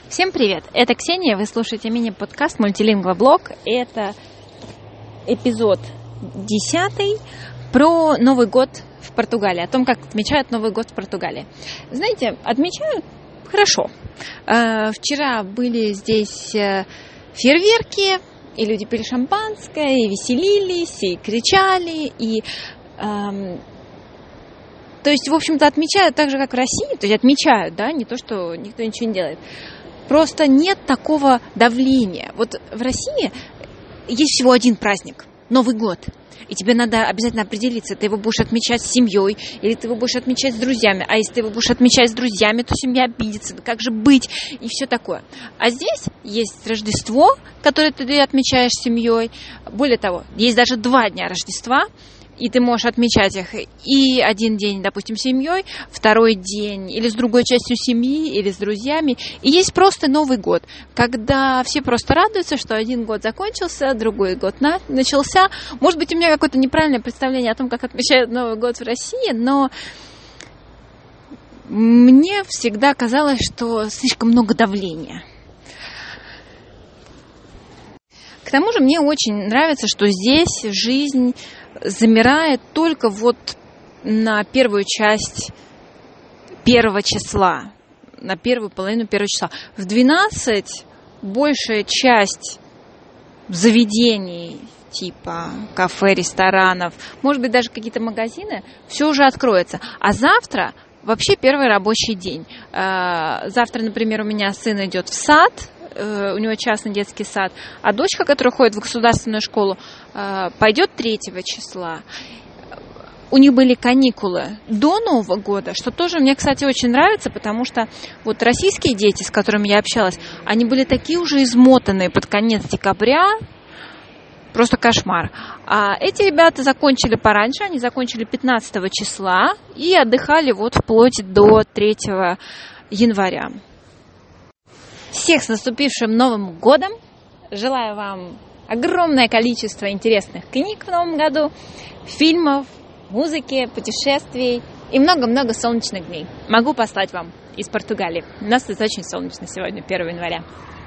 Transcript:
Всем привет! Это Ксения, вы слушаете мини-подкаст Multilingual Blog. Это эпизод 10 про Новый год в Португалии, о том, как отмечают Новый год в Португалии. Знаете, отмечают хорошо. Вчера были здесь фейерверки, и люди пили шампанское, и веселились, и кричали, и... То есть, в общем-то, отмечают так же, как в России. То есть отмечают, да, не то, что никто ничего не делает. Просто нет такого давления. Вот в России есть всего один праздник – Новый год. И тебе надо обязательно определиться, ты его будешь отмечать с семьей, или ты его будешь отмечать с друзьями. А если ты его будешь отмечать с друзьями, то семья обидится, да как же быть, и все такое. А здесь есть Рождество, которое ты отмечаешь с семьей. Более того, есть даже 2 дня Рождества, и ты можешь отмечать их и один день, допустим, с семьей, второй день или с другой частью семьи, или с друзьями. И есть просто Новый год, когда все просто радуются, что один год закончился, другой год начался. Может быть, у меня какое-то неправильное представление о том, как отмечают Новый год в России, но мне всегда казалось, что слишком много давления. К тому же мне очень нравится, что здесь жизнь замирает только вот на первую часть первого числа, на первую половину первого числа. В 12 большая часть заведений, типа кафе, ресторанов, может быть, даже какие-то магазины, все уже откроется. А завтра вообще первый рабочий день. Завтра, например, у меня сын идет в сад, у него частный детский сад, а дочка, которая ходит в государственную школу, пойдет 3 числа. У них были каникулы до Нового года, что тоже мне, кстати, очень нравится, потому что вот российские дети, с которыми я общалась, они были такие уже измотанные под конец декабря, просто кошмар. А эти ребята закончили пораньше, они закончили 15 числа и отдыхали вот вплоть до 3 января. Всех с наступившим Новым годом! Желаю вам огромное количество интересных книг в Новом году, фильмов, музыки, путешествий и много-много солнечных дней. Могу послать вам из Португалии. У нас тут очень солнечно сегодня, 1 января.